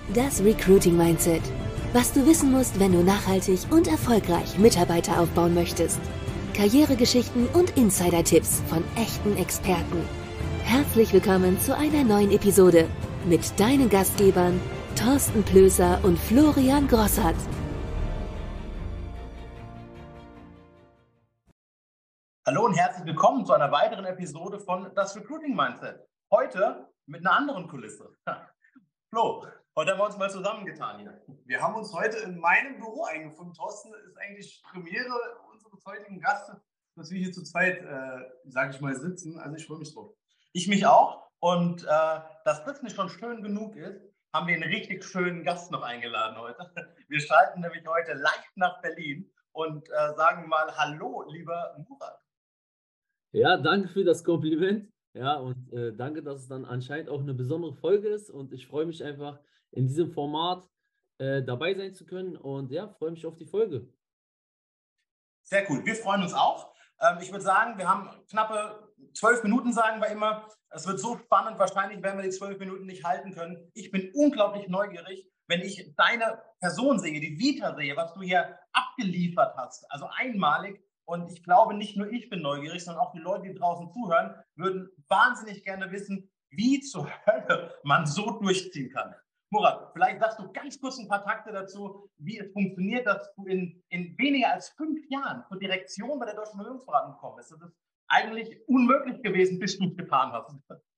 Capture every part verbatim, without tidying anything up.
Das Recruiting Mindset. Was du wissen musst, wenn du nachhaltig und erfolgreich Mitarbeiter aufbauen möchtest. Karrieregeschichten und Insider-Tipps von echten Experten. Herzlich willkommen zu einer neuen Episode mit deinen Gastgebern Thorsten Plöser und Florian Grossart. Hallo und herzlich willkommen zu einer weiteren Episode von Das Recruiting Mindset. Heute mit einer anderen Kulisse. Flo, heute haben wir uns mal zusammengetan hier. Wir haben uns heute in meinem Büro eingefunden. Thorsten, ist eigentlich Premiere unseres heutigen Gastes, dass wir hier zu zweit, äh, sage ich mal, sitzen. Also ich freue mich drauf. Ich mich auch. Und äh, dass das nicht schon schön genug ist, haben wir einen richtig schönen Gast noch eingeladen heute. Wir schalten nämlich heute live nach Berlin und äh, sagen mal Hallo, lieber Murat. Ja, danke für das Kompliment. Ja, und äh, danke, dass es dann anscheinend auch eine besondere Folge ist. Und ich freue mich einfach, in diesem Format äh, dabei sein zu können. Und ja, freue mich auf die Folge. Sehr cool. Wir freuen uns auch. Ähm, ich würde sagen, wir haben knappe zwölf Minuten, sagen wir immer. Es wird so spannend. Wahrscheinlich werden wir die zwölf Minuten nicht halten können. Ich bin unglaublich neugierig, wenn ich deine Person sehe, die Vita sehe, was du hier abgeliefert hast. Also einmalig. Und ich glaube, nicht nur ich bin neugierig, sondern auch die Leute, die draußen zuhören, würden wahnsinnig gerne wissen, wie zur Hölle man so durchziehen kann. Murat, vielleicht sagst du ganz kurz ein paar Takte dazu, wie es funktioniert, dass du in, in weniger als fünf Jahren zur Direktion bei der Deutschen Vermögensberatung gekommen bist. Das ist eigentlich unmöglich gewesen, bis du es getan hast.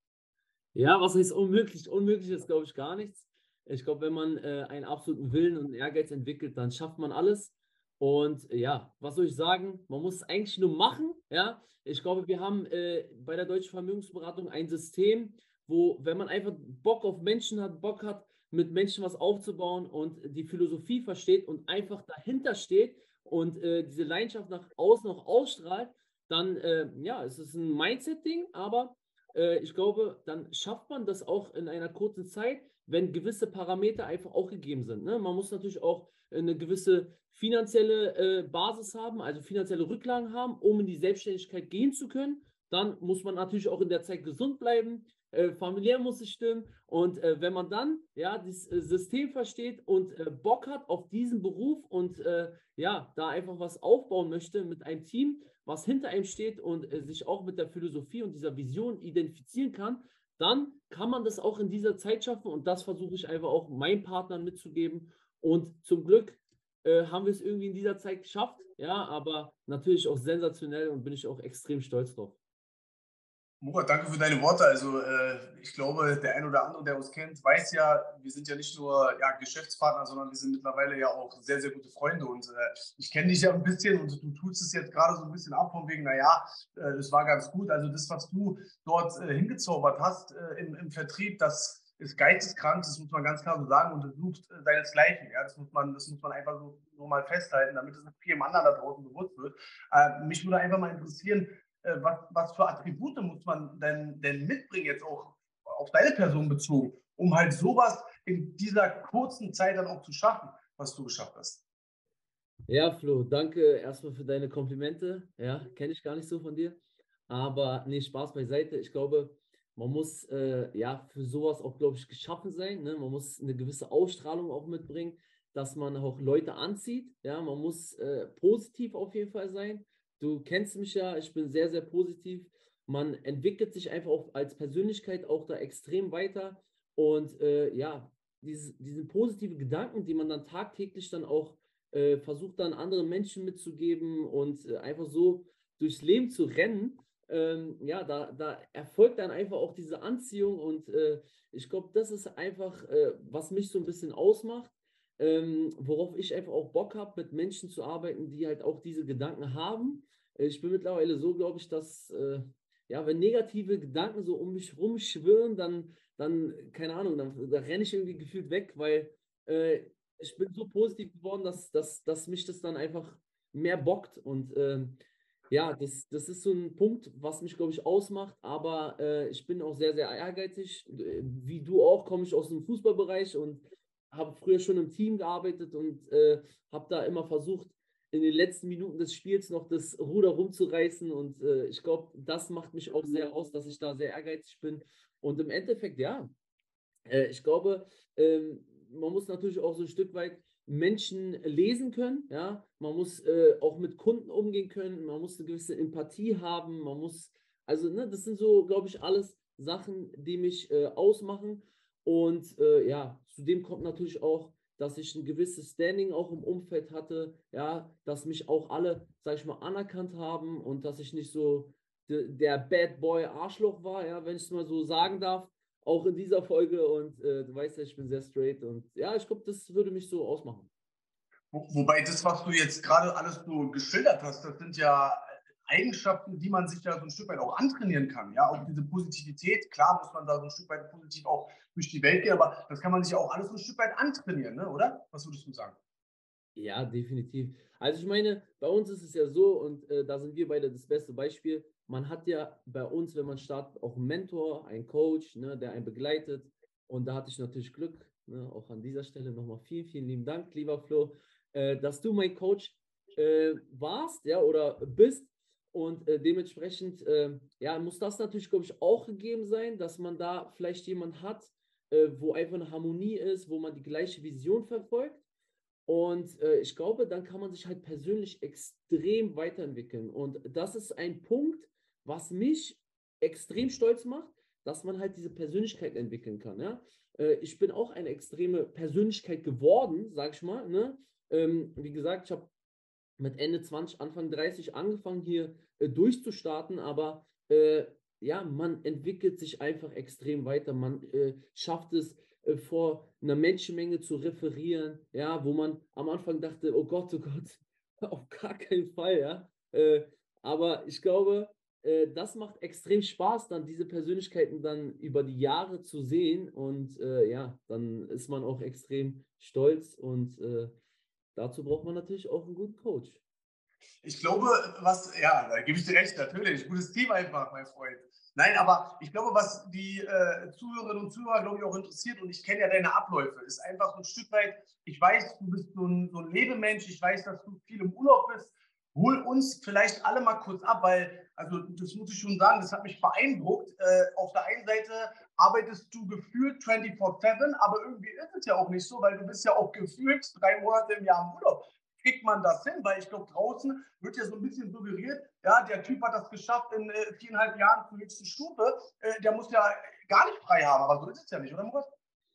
Ja, was heißt unmöglich? Unmöglich ist, glaube ich, gar nichts. Ich glaube, wenn man äh, einen absoluten Willen und Ehrgeiz entwickelt, dann schafft man alles. Und ja, was soll ich sagen? Man muss es eigentlich nur machen. Ja, ich glaube, wir haben äh, bei der Deutschen Vermögensberatung ein System, wo, wenn man einfach Bock auf Menschen hat, Bock hat, mit Menschen was aufzubauen und die Philosophie versteht und einfach dahinter steht und äh, diese Leidenschaft nach außen auch ausstrahlt, dann äh, ja, es ist ein Mindset-Ding, aber äh, ich glaube, dann schafft man das auch in einer kurzen Zeit, wenn gewisse Parameter einfach auch gegeben sind. Ne? Man muss natürlich auch eine gewisse finanzielle äh, Basis haben, also finanzielle Rücklagen haben, um in die Selbstständigkeit gehen zu können. Dann muss man natürlich auch in der Zeit gesund bleiben, äh, familiär muss es stimmen. Und äh, wenn man dann ja das äh, System versteht und äh, Bock hat auf diesen Beruf und äh, ja, da einfach was aufbauen möchte mit einem Team, was hinter einem steht und äh, sich auch mit der Philosophie und dieser Vision identifizieren kann, dann kann man das auch in dieser Zeit schaffen. Und das versuche ich einfach auch meinen Partnern mitzugeben. Und zum Glück äh, haben wir es irgendwie in dieser Zeit geschafft. Ja, aber natürlich auch sensationell und bin ich auch extrem stolz drauf. Murat, danke für deine Worte. Also äh, ich glaube, der ein oder andere, der uns kennt, weiß ja, wir sind ja nicht nur ja, Geschäftspartner, sondern wir sind mittlerweile ja auch sehr, sehr gute Freunde. Und äh, ich kenne dich ja ein bisschen und du tust es jetzt gerade so ein bisschen ab von wegen, naja, äh, das war ganz gut. Also das, was du dort äh, hingezaubert hast äh, im, im Vertrieb, das ist geisteskrank, das muss man ganz klar so sagen, und du suchst äh, deinesgleichen. Ja? Das muss man, das muss man einfach so, so mal festhalten, damit es vielem anderen da draußen bewusst wird. Äh, mich würde einfach mal interessieren, Was, was für Attribute muss man denn, denn mitbringen, jetzt auch auf deine Person bezogen, um halt sowas in dieser kurzen Zeit dann auch zu schaffen, was du geschafft hast? Ja, Flo, danke erstmal für deine Komplimente. Ja, kenne ich gar nicht so von dir. Aber nee, Spaß beiseite. Ich glaube, man muss äh, ja für sowas auch, glaube ich, geschaffen sein. Ne? Man muss eine gewisse Ausstrahlung auch mitbringen, dass man auch Leute anzieht. Ja, man muss äh, positiv auf jeden Fall sein. Du kennst mich ja, ich bin sehr, sehr positiv. Man entwickelt sich einfach auch als Persönlichkeit auch da extrem weiter. Und äh, ja, diese, diese positiven Gedanken, die man dann tagtäglich dann auch äh, versucht, dann anderen Menschen mitzugeben und äh, einfach so durchs Leben zu rennen, ähm, ja, da, da erfolgt dann einfach auch diese Anziehung. Und äh, ich glaube, das ist einfach, äh, was mich so ein bisschen ausmacht. Ähm, worauf ich einfach auch Bock habe, mit Menschen zu arbeiten, die halt auch diese Gedanken haben. Äh, Ich bin mittlerweile so, glaube ich, dass, äh, ja, wenn negative Gedanken so um mich rumschwirren, dann, dann keine Ahnung, dann, da renne ich irgendwie gefühlt weg, weil äh, ich bin so positiv geworden, dass, dass, dass mich das dann einfach mehr bockt. Und ähm, ja, das, das ist so ein Punkt, was mich, glaube ich, ausmacht. Aber äh, ich bin auch sehr, sehr ehrgeizig. Äh, Wie du auch, komme ich aus dem Fußballbereich und habe früher schon im Team gearbeitet und äh, habe da immer versucht, in den letzten Minuten des Spiels noch das Ruder rumzureißen. Und äh, ich glaube, das macht mich auch sehr aus, dass ich da sehr ehrgeizig bin. Und im Endeffekt, ja, äh, ich glaube, ähm, man muss natürlich auch so ein Stück weit Menschen lesen können, ja, man muss äh, auch mit Kunden umgehen können, man muss eine gewisse Empathie haben, man muss, also ne, das sind so, glaube ich, alles Sachen, die mich äh, ausmachen und äh, ja, zudem kommt natürlich auch, dass ich ein gewisses Standing auch im Umfeld hatte, ja, dass mich auch alle, sag ich mal, anerkannt haben und dass ich nicht so de, der Bad Boy Arschloch war, ja, wenn ich es mal so sagen darf, auch in dieser Folge und äh, du weißt ja, ich bin sehr straight und ja, ich glaube, das würde mich so ausmachen. Wo, wobei das, was du jetzt gerade alles so geschildert hast, das sind ja Eigenschaften, die man sich ja so ein Stück weit auch antrainieren kann. Ja, auch diese Positivität, klar muss man da so ein Stück weit positiv auch durch die Welt gehen, aber das kann man sich ja auch alles so ein Stück weit antrainieren, ne? Oder? Was würdest du sagen? Ja, definitiv. Also ich meine, bei uns ist es ja so und äh, da sind wir beide das beste Beispiel. Man hat ja bei uns, wenn man startet, auch einen Mentor, einen Coach, ne, der einen begleitet. Und da hatte ich natürlich Glück, ne, auch an dieser Stelle nochmal vielen, vielen lieben Dank, lieber Flo, äh, dass du mein Coach äh, warst, ja, oder bist. Und äh, dementsprechend, äh, ja, muss das natürlich, glaube ich, auch gegeben sein, dass man da vielleicht jemanden hat, äh, wo einfach eine Harmonie ist, wo man die gleiche Vision verfolgt. Und äh, ich glaube, dann kann man sich halt persönlich extrem weiterentwickeln. Und das ist ein Punkt, was mich extrem stolz macht, dass man halt diese Persönlichkeit entwickeln kann. Ja? Äh, ich bin auch eine extreme Persönlichkeit geworden, sag ich mal. Ne? Ähm, wie gesagt, ich habe mit Ende zwanzig, Anfang dreißig angefangen, hier äh, durchzustarten, aber äh, ja, man entwickelt sich einfach extrem weiter. Man äh, schafft es, äh, vor einer Menschenmenge zu referieren, ja, wo man am Anfang dachte, oh Gott, oh Gott, auf gar keinen Fall, ja. Äh, aber ich glaube, äh, das macht extrem Spaß, dann diese Persönlichkeiten dann über die Jahre zu sehen und äh, ja, dann ist man auch extrem stolz und äh, dazu braucht man natürlich auch einen guten Coach. Ich glaube, was, ja, da gebe ich dir recht, natürlich. Gutes Team einfach, mein Freund. Nein, aber ich glaube, was die äh, Zuhörerinnen und Zuhörer, glaube ich, auch interessiert, und ich kenne ja deine Abläufe, ist einfach so ein Stück weit, ich weiß, du bist so ein, so ein Lebemensch, ich weiß, dass du viel im Urlaub bist. Hol uns vielleicht alle mal kurz ab, weil, also das muss ich schon sagen, das hat mich beeindruckt. Äh, auf der einen Seite arbeitest du gefühlt vierundzwanzig sieben, aber irgendwie ist es ja auch nicht so, weil du bist ja auch gefühlt drei Monate im Jahr im Urlaub. Kriegt man das hin? Weil ich glaube, draußen wird ja so ein bisschen suggeriert, ja, der Typ hat das geschafft in äh, viereinhalb Jahren zur höchsten Stufe, äh, der muss ja gar nicht frei haben, aber so ist es ja nicht, oder Murat?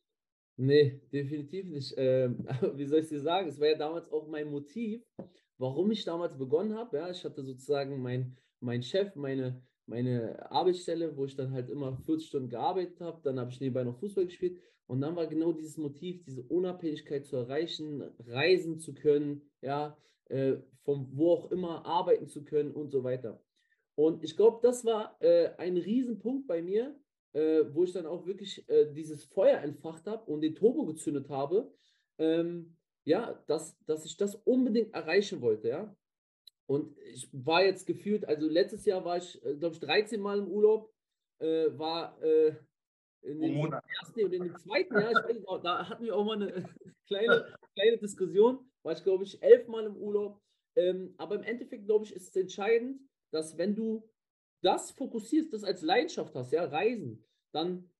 Nee, definitiv nicht. Ähm, wie soll ich dir sagen? Es war ja damals auch mein Motiv, warum ich damals begonnen habe. Ja, ich hatte sozusagen mein, mein Chef, meine, meine Arbeitsstelle, wo ich dann halt immer vierzig Stunden gearbeitet habe. Dann habe ich nebenbei noch Fußball gespielt. Und dann war genau dieses Motiv, diese Unabhängigkeit zu erreichen, reisen zu können, ja, äh, von wo auch immer arbeiten zu können und so weiter. Und ich glaube, das war äh, ein Riesenpunkt bei mir, äh, wo ich dann auch wirklich äh, dieses Feuer entfacht habe und den Turbo gezündet habe, ähm, ja, dass, dass ich das unbedingt erreichen wollte, ja. Und ich war jetzt gefühlt, also letztes Jahr war ich, äh, glaube ich, dreizehn Mal im Urlaub, äh, war äh, in den ersten und in den zweiten Jahr, ich weiß, da hatten wir auch mal eine kleine, kleine Diskussion, war ich, glaube ich, elf Mal im Urlaub. Ähm, aber im Endeffekt, glaube ich, ist es entscheidend, dass wenn du das fokussierst, das als Leidenschaft hast, ja, Reisen, dann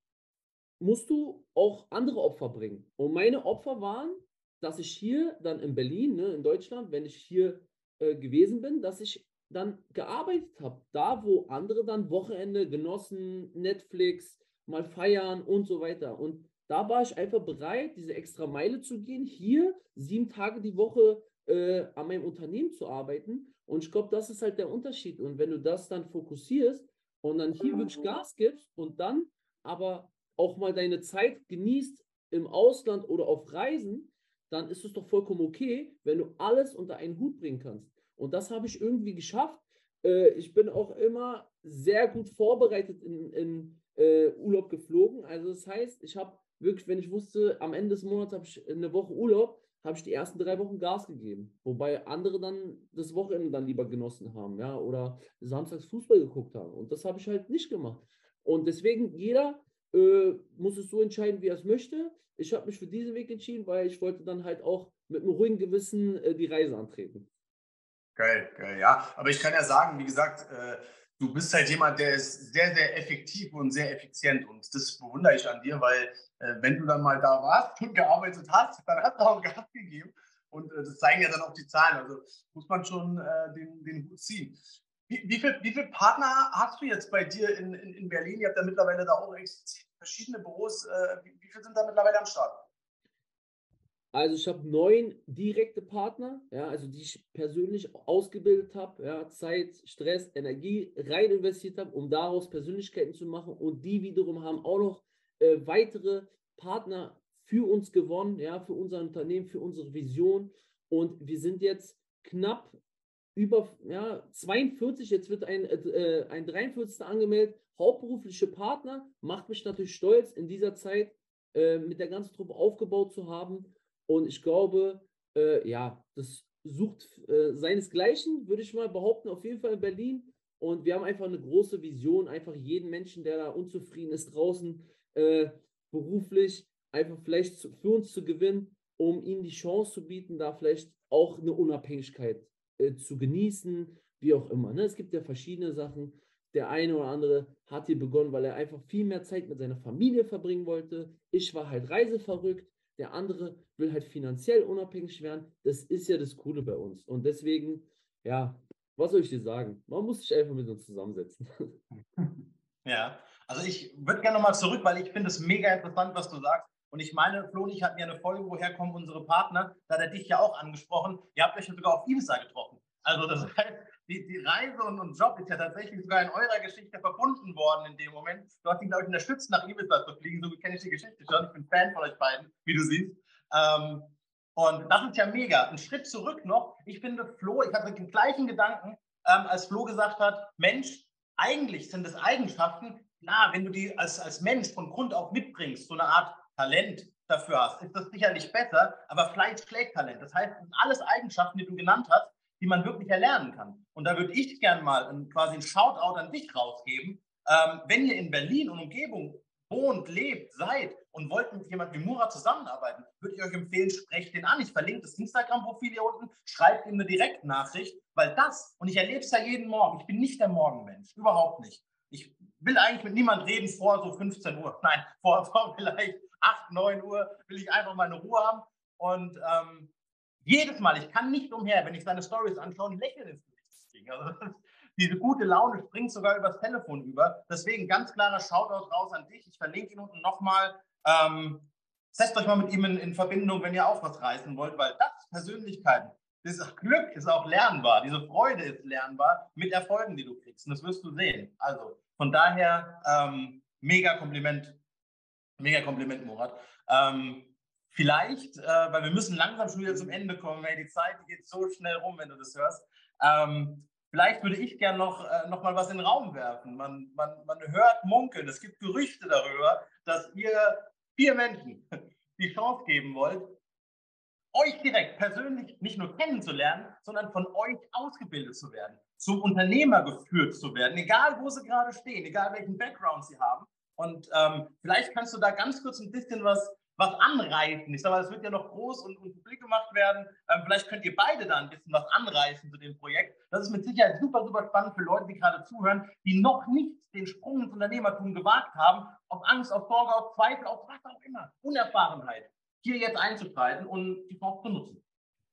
musst du auch andere Opfer bringen. Und meine Opfer waren, dass ich hier dann in Berlin, ne, in Deutschland, wenn ich hier äh, gewesen bin, dass ich dann gearbeitet habe. Da, wo andere dann Wochenende genossen, Netflix, mal feiern und so weiter. Und da war ich einfach bereit, diese extra Meile zu gehen, hier sieben Tage die Woche äh, an meinem Unternehmen zu arbeiten. Und ich glaube, das ist halt der Unterschied. Und wenn du das dann fokussierst und dann hier wirklich Gas gibst und dann aber auch mal deine Zeit genießt im Ausland oder auf Reisen, dann ist es doch vollkommen okay, wenn du alles unter einen Hut bringen kannst. Und das habe ich irgendwie geschafft. Äh, ich bin auch immer sehr gut vorbereitet in, in äh, Urlaub geflogen. Also das heißt, ich habe wirklich, wenn ich wusste, am Ende des Monats habe ich eine Woche Urlaub, habe ich die ersten drei Wochen Gas gegeben. Wobei andere dann das Wochenende dann lieber genossen haben, ja, oder samstags Fußball geguckt haben. Und das habe ich halt nicht gemacht. Und deswegen, jeder äh, muss es so entscheiden, wie er es möchte. Ich habe mich für diesen Weg entschieden, weil ich wollte dann halt auch mit einem ruhigen Gewissen äh, die Reise antreten. Geil, geil, ja. Aber ich kann ja sagen, wie gesagt, äh, Du bist halt jemand, der ist sehr, sehr effektiv und sehr effizient. Und das bewundere ich an dir, weil äh, wenn du dann mal da warst und gearbeitet hast, dann hast du auch Gas gegeben. Und äh, das zeigen ja dann auch die Zahlen. Also muss man schon äh, den, den Hut ziehen. Wie, wie viele wie viel Partner hast du jetzt bei dir in, in, in Berlin? Ihr habt ja mittlerweile da auch explizit verschiedene Büros. Äh, wie, wie viele sind da mittlerweile am Start? Also ich habe neun direkte Partner, ja, also die ich persönlich ausgebildet habe, ja, Zeit, Stress, Energie rein investiert habe, um daraus Persönlichkeiten zu machen, und die wiederum haben auch noch äh, weitere Partner für uns gewonnen, ja, für unser Unternehmen, für unsere Vision, und wir sind jetzt knapp über ja, zweiundvierzig, jetzt wird ein, äh, ein dreiundvierzigster angemeldet, hauptberufliche Partner, macht mich natürlich stolz, in dieser Zeit äh, mit der ganzen Truppe aufgebaut zu haben. Und ich glaube, äh, ja, das sucht äh, seinesgleichen, würde ich mal behaupten, auf jeden Fall in Berlin. Und wir haben einfach eine große Vision, einfach jeden Menschen, der da unzufrieden ist draußen, äh, beruflich, einfach vielleicht zu, für uns zu gewinnen, um ihnen die Chance zu bieten, da vielleicht auch eine Unabhängigkeit äh, zu genießen, wie auch immer. Ne? Es gibt ja verschiedene Sachen. Der eine oder andere hat hier begonnen, weil er einfach viel mehr Zeit mit seiner Familie verbringen wollte. Ich war halt reiseverrückt. Der andere will halt finanziell unabhängig werden. Das ist ja das Coole bei uns. Und deswegen, ja, was soll ich dir sagen? Man muss sich einfach mit uns zusammensetzen. Ja, also ich würde gerne nochmal zurück, weil ich finde es mega interessant, was du sagst. Und ich meine, Flo und ich hatten ja eine Folge, woher kommen unsere Partner? Da hat er dich ja auch angesprochen. Ihr habt euch ja sogar auf Ibiza getroffen. Also das heißt, die, die Reise und, und Job ist ja tatsächlich sogar in eurer Geschichte verbunden worden in dem Moment. Du hast ihn, glaube ich, unterstützt, nach Ibiza zu fliegen. So kenne ich die Geschichte schon. Ich bin Fan von euch beiden, wie du siehst. Ähm, und das ist ja mega. Ein Schritt zurück noch. Ich finde, Flo, ich hatte den gleichen Gedanken, ähm, als Flo gesagt hat, Mensch, eigentlich sind es Eigenschaften, klar, wenn du die als, als Mensch von Grund auf mitbringst, so eine Art Talent dafür hast, ist das sicherlich besser, aber Fleiß schlägt Talent. Das heißt, das sind alles Eigenschaften, die du genannt hast, die man wirklich erlernen kann. Und da würde ich gerne mal ein, quasi ein Shoutout an dich rausgeben. Ähm, wenn ihr in Berlin und Umgebung wohnt, lebt, seid und wollt mit jemandem wie Murat zusammenarbeiten, würde ich euch empfehlen, sprecht den an. Ich verlinke das Instagram-Profil hier unten, schreibt ihm eine Direktnachricht, weil das, und ich erlebe es ja jeden Morgen, ich bin nicht der Morgenmensch, überhaupt nicht. Ich will eigentlich mit niemandem reden vor so fünfzehn Uhr, nein, vor, vor vielleicht acht, neun Uhr will ich einfach meine Ruhe haben. Und ähm, jedes Mal, ich kann nicht umher, wenn ich seine Stories anschaue, ein Lächeln ins Gesicht zu kriegen. Also das ist, diese gute Laune springt sogar übers Telefon über. Deswegen ganz klarer Shoutout raus an dich. Ich verlinke ihn unten nochmal. Ähm, setzt euch mal mit ihm in, in Verbindung, wenn ihr auch was reißen wollt, weil das Persönlichkeiten, dieses Glück ist auch lernbar, diese Freude ist lernbar mit Erfolgen, die du kriegst. Und das wirst du sehen. Also von daher ähm, mega Kompliment, mega Kompliment, Murat. Ähm, vielleicht, äh, weil wir müssen langsam schon wieder zum Ende kommen, weil die Zeit die geht so schnell rum, wenn du das hörst. Ähm, vielleicht würde ich gerne noch, äh, noch mal was in den Raum werfen. Man, man, man hört munkeln, es gibt Gerüchte darüber, dass ihr vier Menschen die Chance geben wollt, euch direkt persönlich nicht nur kennenzulernen, sondern von euch ausgebildet zu werden, zum Unternehmer geführt zu werden, egal wo sie gerade stehen, egal welchen Background sie haben. Und ähm, vielleicht kannst du da ganz kurz ein bisschen was, was anreißen. Ich sage mal, es wird ja noch groß und, und publik gemacht werden. Ähm, vielleicht könnt ihr beide da ein bisschen was anreißen zu dem Projekt. Das ist mit Sicherheit super, super spannend für Leute, die gerade zuhören, die noch nicht den Sprung ins Unternehmertum gewagt haben, aus Angst, aus Sorge, aus Zweifel, aus was auch immer, Unerfahrenheit, hier jetzt einzuschreiten und die Chance zu nutzen.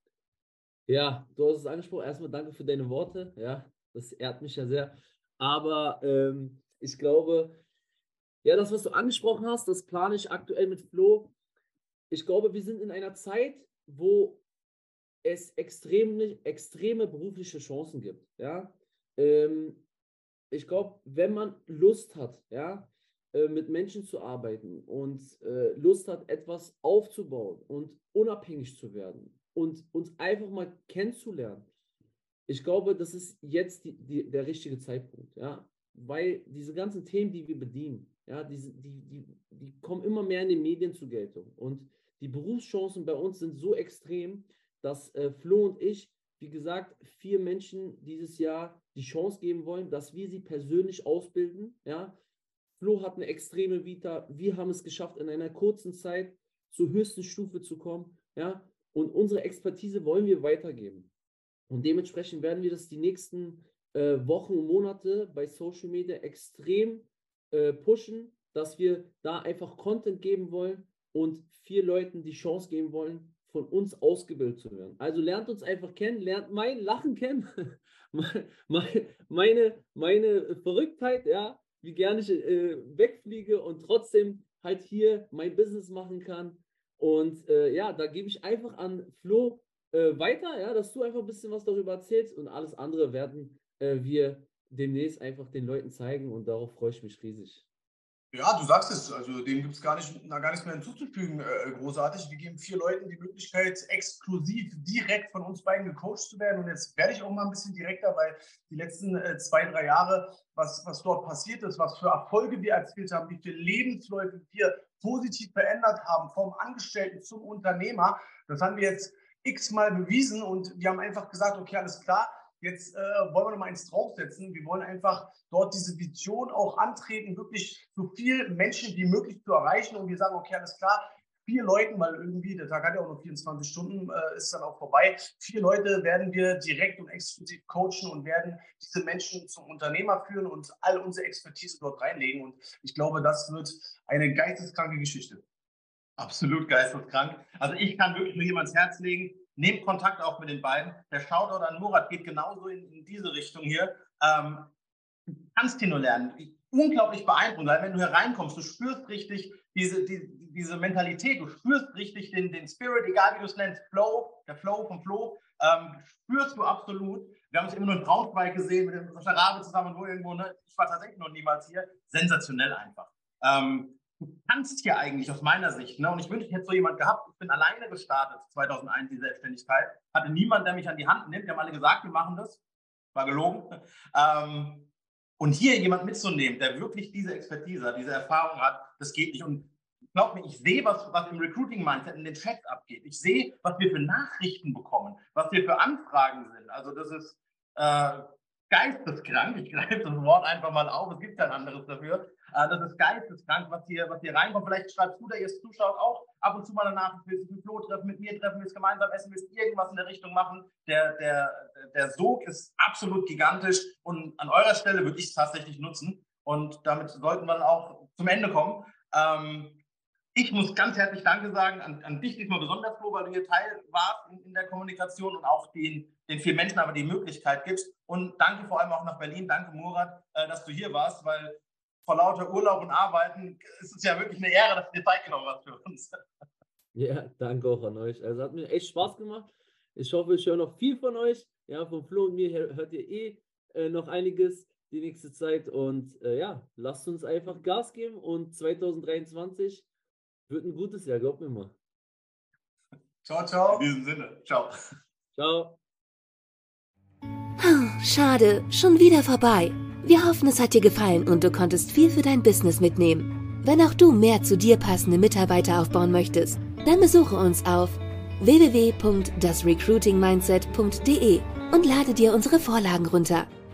Ja, du hast es angesprochen. Erstmal danke für deine Worte. Ja, das ehrt mich ja sehr. Aber ähm, ich glaube, ja, das, was du angesprochen hast, das plane ich aktuell mit Flo. Ich glaube, wir sind in einer Zeit, wo es extrem, extreme berufliche Chancen gibt. Ja, ähm, ich glaube, wenn man Lust hat, ja, äh, mit Menschen zu arbeiten und äh, Lust hat, etwas aufzubauen und unabhängig zu werden und uns einfach mal kennenzulernen, ich glaube, das ist jetzt die, die, der richtige Zeitpunkt, ja, weil diese ganzen Themen, die wir bedienen, ja, diese, die, die, die kommen immer mehr in den Medien zur Geltung, und die Berufschancen bei uns sind so extrem, dass äh, Flo und ich, wie gesagt, vier Menschen dieses Jahr die Chance geben wollen, dass wir sie persönlich ausbilden, ja. Flo hat eine extreme Vita, wir haben es geschafft, in einer kurzen Zeit zur höchsten Stufe zu kommen, ja, und unsere Expertise wollen wir weitergeben. Und dementsprechend werden wir das die nächsten äh, Wochen und Monate bei Social Media extrem äh, pushen, dass wir da einfach Content geben wollen und vier Leuten die Chance geben wollen, von uns ausgebildet zu werden. Also lernt uns einfach kennen, lernt mein Lachen kennen, meine, meine Verrücktheit, ja, wie gerne ich äh, wegfliege und trotzdem halt hier mein Business machen kann. Und äh, ja, da gebe ich einfach an Flo äh, weiter, ja, dass du einfach ein bisschen was darüber erzählst und alles andere werden äh, wir demnächst einfach den Leuten zeigen und darauf freue ich mich riesig. Ja, du sagst es, also dem gibt es gar, nicht, na, gar nichts mehr hinzuzufügen, äh, großartig. Wir geben vier Leuten die Möglichkeit, exklusiv direkt von uns beiden gecoacht zu werden. Und jetzt werde ich auch mal ein bisschen direkter, weil die letzten äh, zwei, drei Jahre, was, was dort passiert ist, was für Erfolge wir erzielt haben, wie viele Lebensläufe wir positiv verändert haben, vom Angestellten zum Unternehmer, das haben wir jetzt x-mal bewiesen und wir haben einfach gesagt, okay, alles klar, jetzt äh, wollen wir noch mal eins draufsetzen. Wir wollen einfach dort diese Vision auch antreten, wirklich so viele Menschen wie möglich zu erreichen. Und wir sagen, okay, alles klar, vier Leuten, weil irgendwie, der Tag hat ja auch nur vierundzwanzig Stunden, äh, ist dann auch vorbei. Vier Leute werden wir direkt und exklusiv coachen und werden diese Menschen zum Unternehmer führen und all unsere Expertise dort reinlegen. Und ich glaube, das wird eine geisteskranke Geschichte. Absolut geisteskrank. Also ich kann wirklich nur jemand ans Herz legen, nehmt Kontakt auf mit den beiden. Der Shoutout an Murat geht genauso in, in diese Richtung hier. Ähm, du kannst hier nur lernen. Unglaublich beeindruckend, weil wenn du hier reinkommst, du spürst richtig diese, die, diese Mentalität, du spürst richtig den, den Spirit, egal wie du es nennst, Flow, der Flow vom Flow, ähm, spürst du absolut. Wir haben es immer nur in Braunschweig gesehen, mit dem Sascha Rabe zusammen, wo irgendwo, ne? Ich war tatsächlich noch niemals hier. Sensationell einfach. Ähm, Du kannst hier eigentlich aus meiner Sicht, ne, und ich wünsche, ich hätte so jemand gehabt, ich bin alleine gestartet, zweitausendeins, die Selbstständigkeit, hatte niemand, der mich an die Hand nimmt, wir haben alle gesagt, wir machen das, war gelogen. Ähm, und hier jemand mitzunehmen, der wirklich diese Expertise hat, diese Erfahrung hat, das geht nicht. Und glaub mir, ich sehe, was, was im Recruiting-Mindset in den Chats abgeht. Ich sehe, was wir für Nachrichten bekommen, was wir für Anfragen sind. Also das ist äh, geisteskrank, ich greife das Wort einfach mal auf, es gibt kein anderes dafür. Das ist geisteskrank, was hier, was hier reinkommt. Vielleicht schreibst du, der jetzt zuschaut, auch ab und zu mal eine Nachricht, willst du mit Flo treffen, mit mir treffen, willst gemeinsam essen, willst irgendwas in der Richtung machen. Der, der, der Sog ist absolut gigantisch und an eurer Stelle würde ich es tatsächlich nutzen und damit sollten wir dann auch zum Ende kommen. Ähm, ich muss ganz herzlich Danke sagen an, an dich diesmal besonders, Flo, weil du hier Teil warst in, in der Kommunikation und auch den, den vielen Menschen aber die Möglichkeit gibst. Und danke vor allem auch nach Berlin, danke Murat, äh, dass du hier warst, weil vor lauter Urlaub und Arbeiten ist es ja wirklich eine Ehre, dass du dir Zeit genommen hast für uns. Ja, danke auch an euch. Also hat mir echt Spaß gemacht. Ich hoffe, ich höre noch viel von euch. Ja, von Flo und mir hört ihr eh äh, noch einiges die nächste Zeit. Und äh, ja, lasst uns einfach Gas geben und zwanzig dreiundzwanzig wird ein gutes Jahr, glaubt mir mal. Ciao, ciao. In diesem Sinne, ciao. Ciao. Schade, schon wieder vorbei. Wir hoffen, es hat dir gefallen und du konntest viel für dein Business mitnehmen. Wenn auch du mehr zu dir passende Mitarbeiter aufbauen möchtest, dann besuche uns auf w w w punkt das recruiting mindset punkt de und lade dir unsere Vorlagen runter.